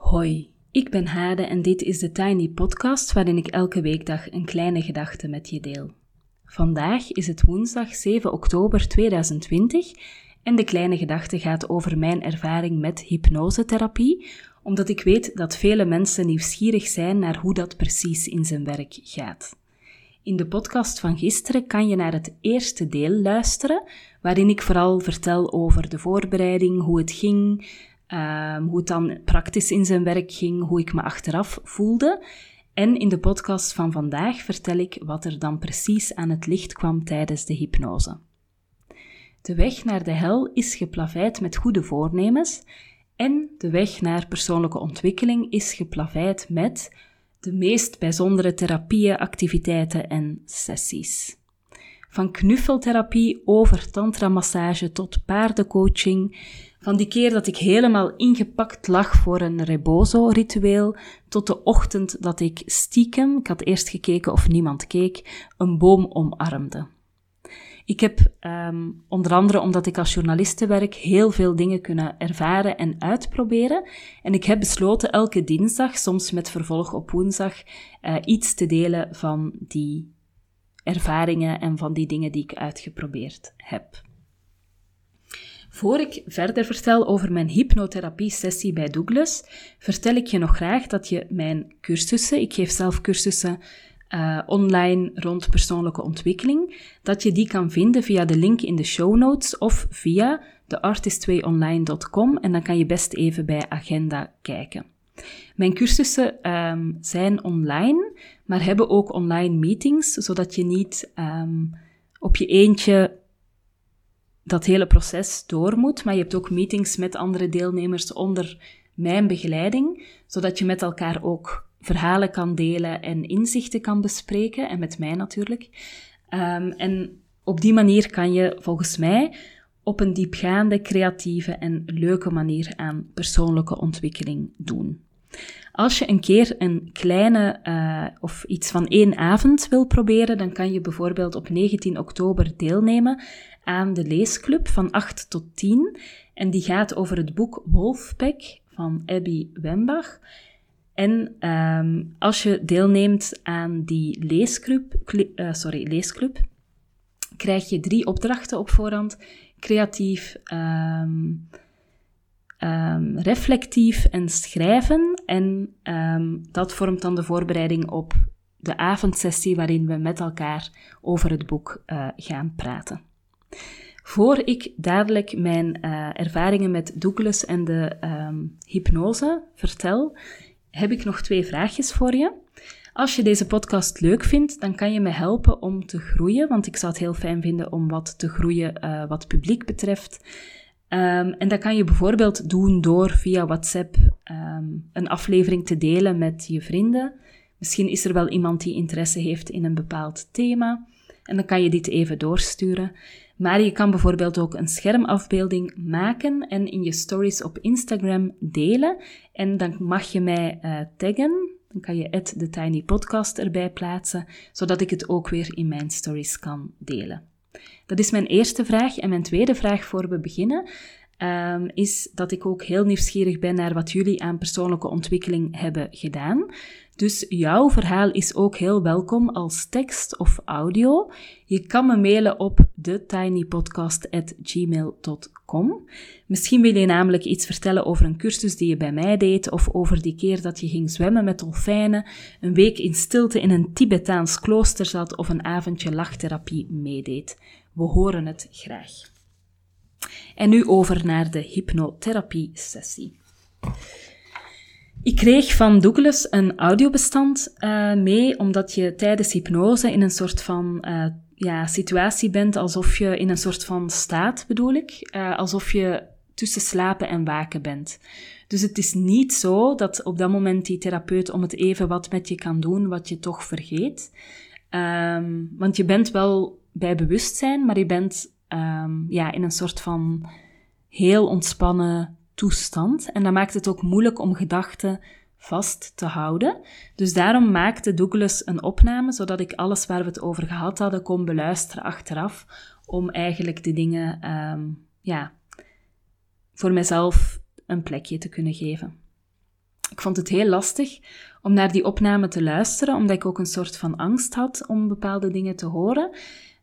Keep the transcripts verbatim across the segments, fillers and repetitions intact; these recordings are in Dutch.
Hoi, ik ben Hade en dit is de Tiny Podcast waarin ik elke weekdag een kleine gedachte met je deel. Vandaag is het woensdag zeven oktober tweeduizend twintig en de kleine gedachte gaat over mijn ervaring met hypnosetherapie, omdat ik weet dat vele mensen nieuwsgierig zijn naar hoe dat precies in zijn werk gaat. In de podcast van gisteren kan je naar het eerste deel luisteren, waarin ik vooral vertel over de voorbereiding, hoe het ging, Um, hoe het dan praktisch in zijn werk ging, hoe ik me achteraf voelde. En in de podcast van vandaag vertel ik wat er dan precies aan het licht kwam tijdens de hypnose. De weg naar de hel is geplaveid met goede voornemens en de weg naar persoonlijke ontwikkeling is geplaveid met de meest bijzondere therapieën, activiteiten en sessies. Van knuffeltherapie over tantramassage tot paardencoaching, van die keer dat ik helemaal ingepakt lag voor een rebozo-ritueel, tot de ochtend dat ik stiekem, ik had eerst gekeken of niemand keek, een boom omarmde. Ik heb um, onder andere, omdat ik als journaliste werk, heel veel dingen kunnen ervaren en uitproberen. En ik heb besloten elke dinsdag, soms met vervolg op woensdag, uh, iets te delen van die ervaringen en van die dingen die ik uitgeprobeerd heb. Voor ik verder vertel over mijn hypnotherapie-sessie bij Douglas, vertel ik je nog graag dat je mijn cursussen, ik geef zelf cursussen uh, online rond persoonlijke ontwikkeling, dat je die kan vinden via de link in de show notes of via de artist way online dot com en dan kan je best even bij agenda kijken. Mijn cursussen um, zijn online, maar hebben ook online meetings, zodat je niet um, op je eentje dat hele proces door moet, maar je hebt ook meetings met andere deelnemers onder mijn begeleiding, zodat je met elkaar ook verhalen kan delen en inzichten kan bespreken, en met mij natuurlijk. Um, en op die manier kan je volgens mij op een diepgaande, creatieve en leuke manier aan persoonlijke ontwikkeling doen. Als je een keer een kleine uh, of iets van één avond wil proberen, dan kan je bijvoorbeeld op negentien oktober deelnemen aan de leesclub van acht tot tien. En die gaat over het boek Wolfpack van Abby Wambach. En um, als je deelneemt aan die leesclub, cli, uh, sorry, leesclub, krijg je drie opdrachten op voorhand. Creatief, um, um, reflectief en schrijven. En um, dat vormt dan de voorbereiding op de avondsessie waarin we met elkaar over het boek uh, gaan praten. Voor ik dadelijk mijn uh, ervaringen met Douglas en de um, hypnose vertel, heb ik nog twee vraagjes voor je. Als je deze podcast leuk vindt, dan kan je me helpen om te groeien, want ik zou het heel fijn vinden om wat te groeien uh, wat publiek betreft. Um, en dat kan je bijvoorbeeld doen door via WhatsApp um, een aflevering te delen met je vrienden. Misschien is er wel iemand die interesse heeft in een bepaald thema. En dan kan je dit even doorsturen. Maar je kan bijvoorbeeld ook een schermafbeelding maken en in je stories op Instagram delen. En dan mag je mij uh, taggen. Dan kan je at the tiny podcast erbij plaatsen, zodat ik het ook weer in mijn stories kan delen. Dat is mijn eerste vraag. En mijn tweede vraag voor we beginnen um, is dat ik ook heel nieuwsgierig ben naar wat jullie aan persoonlijke ontwikkeling hebben gedaan. Dus jouw verhaal is ook heel welkom als tekst of audio. Je kan me mailen op the tiny podcast at gmail dot com. Misschien wil je namelijk iets vertellen over een cursus die je bij mij deed, of over die keer dat je ging zwemmen met dolfijnen, een week in stilte in een Tibetaans klooster zat of een avondje lachtherapie meedeed. We horen het graag. En nu over naar de hypnotherapie-sessie. Ik kreeg van Douglas een audiobestand uh, mee, omdat je tijdens hypnose in een soort van uh, ja, situatie bent, alsof je in een soort van staat, bedoel ik, uh, alsof je tussen slapen en waken bent. Dus het is niet zo dat op dat moment die therapeut om het even wat met je kan doen, wat je toch vergeet. Um, want je bent wel bij bewustzijn, maar je bent um, ja, in een soort van heel ontspannen toestand. En dat maakt het ook moeilijk om gedachten vast te houden. Dus daarom maakte Douglas een opname, zodat ik alles waar we het over gehad hadden kon beluisteren achteraf, om eigenlijk de dingen um, ja, voor mezelf een plekje te kunnen geven. Ik vond het heel lastig om naar die opname te luisteren, omdat ik ook een soort van angst had om bepaalde dingen te horen.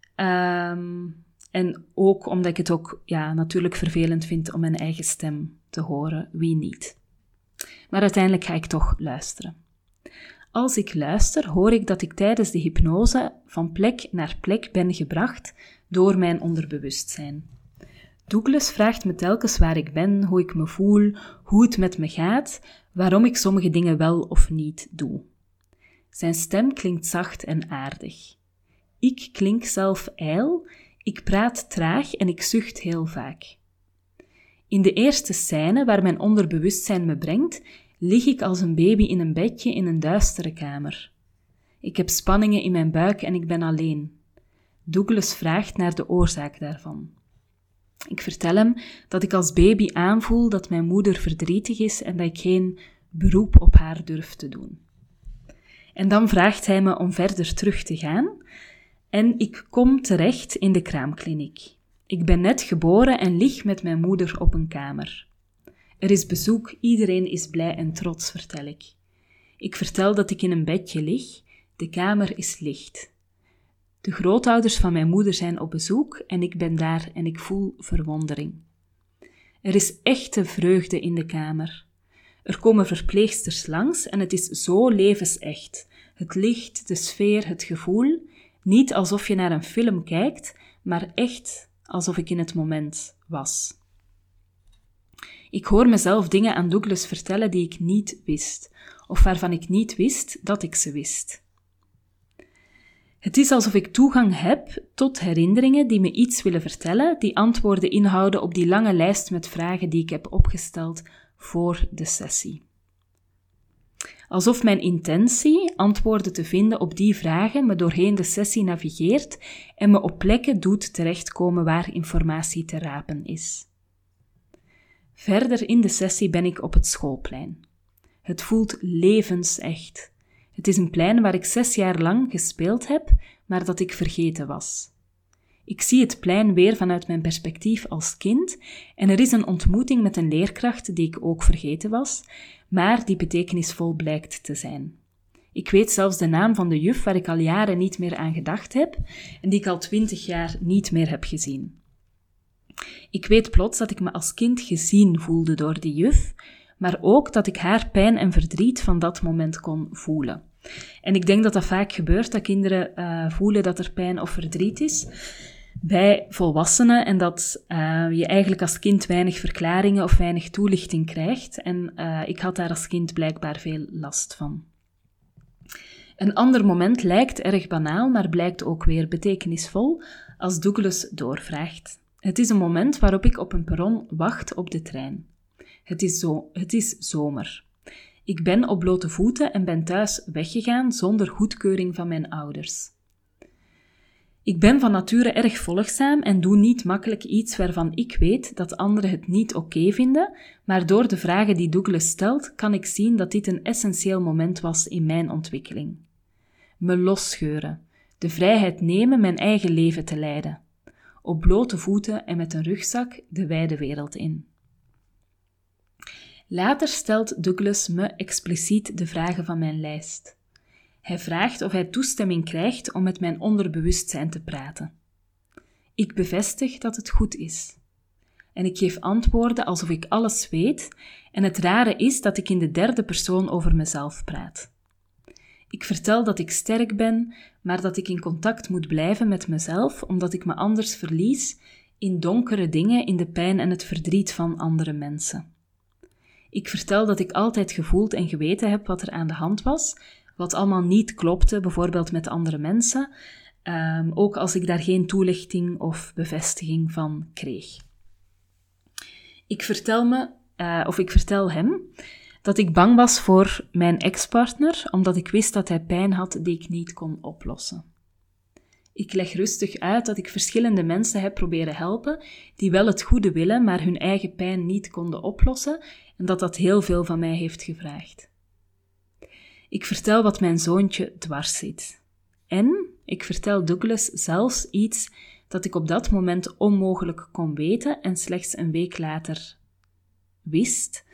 Um, en ook omdat ik het ook ja, natuurlijk vervelend vind om mijn eigen stem te horen, wie niet. Maar uiteindelijk ga ik toch luisteren. Als ik luister, hoor ik dat ik tijdens de hypnose van plek naar plek ben gebracht door mijn onderbewustzijn. Douglas vraagt me telkens waar ik ben, hoe ik me voel, hoe het met me gaat, waarom ik sommige dingen wel of niet doe. Zijn stem klinkt zacht en aardig. Ik klink zelf ijl, ik praat traag en ik zucht heel vaak. In de eerste scène waar mijn onderbewustzijn me brengt, lig ik als een baby in een bedje in een duistere kamer. Ik heb spanningen in mijn buik en ik ben alleen. Douglas vraagt naar de oorzaak daarvan. Ik vertel hem dat ik als baby aanvoel dat mijn moeder verdrietig is en dat ik geen beroep op haar durf te doen. En dan vraagt hij me om verder terug te gaan en ik kom terecht in de kraamkliniek. Ik ben net geboren en lig met mijn moeder op een kamer. Er is bezoek, iedereen is blij en trots, vertel ik. Ik vertel dat ik in een bedje lig, de kamer is licht. De grootouders van mijn moeder zijn op bezoek en ik ben daar en ik voel verwondering. Er is echte vreugde in de kamer. Er komen verpleegsters langs en het is zo levensecht. Het licht, de sfeer, het gevoel, niet alsof je naar een film kijkt, maar echt alsof ik in het moment was. Ik hoor mezelf dingen aan Douglas vertellen die ik niet wist, of waarvan ik niet wist dat ik ze wist. Het is alsof ik toegang heb tot herinneringen die me iets willen vertellen, die antwoorden inhouden op die lange lijst met vragen die ik heb opgesteld voor de sessie. Alsof mijn intentie, antwoorden te vinden op die vragen, me doorheen de sessie navigeert en me op plekken doet terechtkomen waar informatie te rapen is. Verder in de sessie ben ik op het schoolplein. Het voelt levensecht. Het is een plein waar ik zes jaar lang gespeeld heb, maar dat ik vergeten was. Ik zie het plein weer vanuit mijn perspectief als kind en er is een ontmoeting met een leerkracht die ik ook vergeten was, maar die betekenisvol blijkt te zijn. Ik weet zelfs de naam van de juf waar ik al jaren niet meer aan gedacht heb en die ik al twintig jaar niet meer heb gezien. Ik weet plots dat ik me als kind gezien voelde door die juf, maar ook dat ik haar pijn en verdriet van dat moment kon voelen. En ik denk dat dat vaak gebeurt, dat kinderen uh, voelen dat er pijn of verdriet is bij volwassenen en dat uh, je eigenlijk als kind weinig verklaringen of weinig toelichting krijgt. En uh, ik had daar als kind blijkbaar veel last van. Een ander moment lijkt erg banaal, maar blijkt ook weer betekenisvol als Douglas doorvraagt. Het is een moment waarop ik op een perron wacht op de trein. Het is, zo, het is zomer. Ik ben op blote voeten en ben thuis weggegaan zonder goedkeuring van mijn ouders. Ik ben van nature erg volgzaam en doe niet makkelijk iets waarvan ik weet dat anderen het niet oké vinden, maar door de vragen die Douglas stelt, kan ik zien dat dit een essentieel moment was in mijn ontwikkeling. Me losscheuren, de vrijheid nemen mijn eigen leven te leiden. Op blote voeten en met een rugzak de wijde wereld in. Later stelt Douglas me expliciet de vragen van mijn lijst. Hij vraagt of hij toestemming krijgt om met mijn onderbewustzijn te praten. Ik bevestig dat het goed is. En ik geef antwoorden alsof ik alles weet, en het rare is dat ik in de derde persoon over mezelf praat. Ik vertel dat ik sterk ben, maar dat ik in contact moet blijven met mezelf, omdat ik me anders verlies in donkere dingen, in de pijn en het verdriet van andere mensen. Ik vertel dat ik altijd gevoeld en geweten heb wat er aan de hand was, wat allemaal niet klopte, bijvoorbeeld met andere mensen, um, ook als ik daar geen toelichting of bevestiging van kreeg. Ik vertel me, uh, of ik vertel hem, dat ik bang was voor mijn ex-partner, omdat ik wist dat hij pijn had die ik niet kon oplossen. Ik leg rustig uit dat ik verschillende mensen heb proberen helpen, die wel het goede willen, maar hun eigen pijn niet konden oplossen, en dat dat heel veel van mij heeft gevraagd. Ik vertel wat mijn zoontje dwars zit. En ik vertel Douglas zelfs iets dat ik op dat moment onmogelijk kon weten en slechts een week later wist.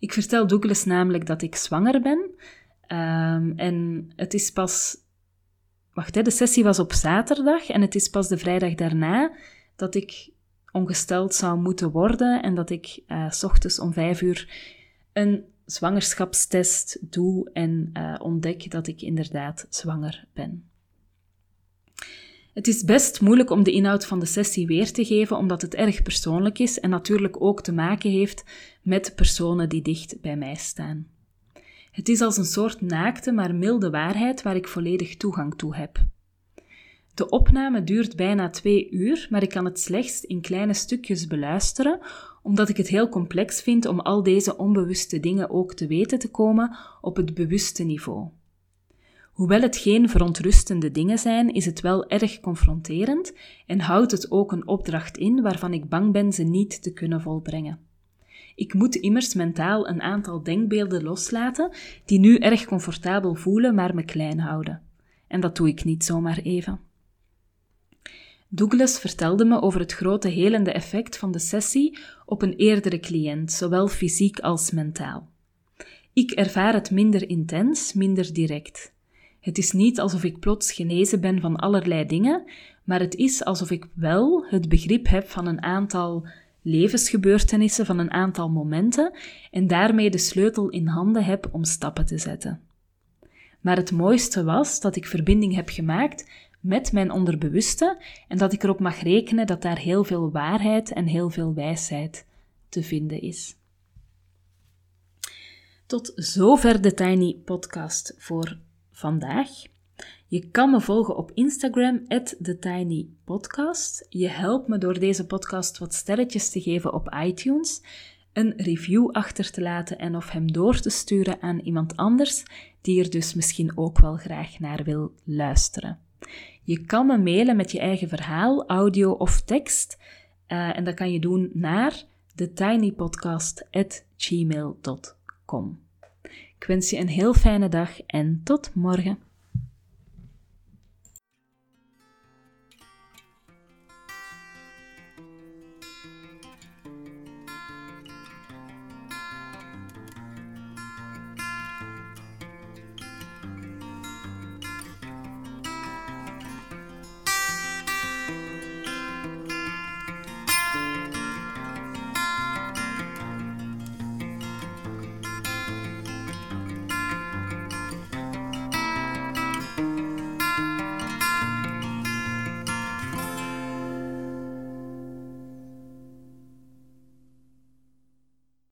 Ik vertel Douglas namelijk dat ik zwanger ben. Um, en het is pas... Wacht, hè, de sessie was op zaterdag en het is pas de vrijdag daarna dat ik ongesteld zou moeten worden en dat ik uh, 's ochtends om vijf uur een zwangerschapstest doe en uh, ontdek dat ik inderdaad zwanger ben. Het is best moeilijk om de inhoud van de sessie weer te geven, omdat het erg persoonlijk is en natuurlijk ook te maken heeft met personen die dicht bij mij staan. Het is als een soort naakte, maar milde waarheid waar ik volledig toegang toe heb. De opname duurt bijna twee uur, maar ik kan het slechts in kleine stukjes beluisteren, omdat ik het heel complex vind om al deze onbewuste dingen ook te weten te komen op het bewuste niveau. Hoewel het geen verontrustende dingen zijn, is het wel erg confronterend en houdt het ook een opdracht in waarvan ik bang ben ze niet te kunnen volbrengen. Ik moet immers mentaal een aantal denkbeelden loslaten die nu erg comfortabel voelen, maar me klein houden. En dat doe ik niet zomaar even. Douglas vertelde me over het grote helende effect van de sessie op een eerdere cliënt, zowel fysiek als mentaal. Ik ervaar het minder intens, minder direct. Het is niet alsof ik plots genezen ben van allerlei dingen, maar het is alsof ik wel het begrip heb van een aantal levensgebeurtenissen, van een aantal momenten en daarmee de sleutel in handen heb om stappen te zetten. Maar het mooiste was dat ik verbinding heb gemaakt met mijn onderbewuste en dat ik erop mag rekenen dat daar heel veel waarheid en heel veel wijsheid te vinden is. Tot zover de Tiny Podcast voor vandaag. Je kan me volgen op Instagram, at thetinypodcast. Je helpt me door deze podcast wat sterretjes te geven op iTunes, een review achter te laten en of hem door te sturen aan iemand anders die er dus misschien ook wel graag naar wil luisteren. Je kan me mailen met je eigen verhaal, audio of tekst, uh, en dat kan je doen naar thetinypodcast at gmail dot com. Ik wens je een heel fijne dag en tot morgen.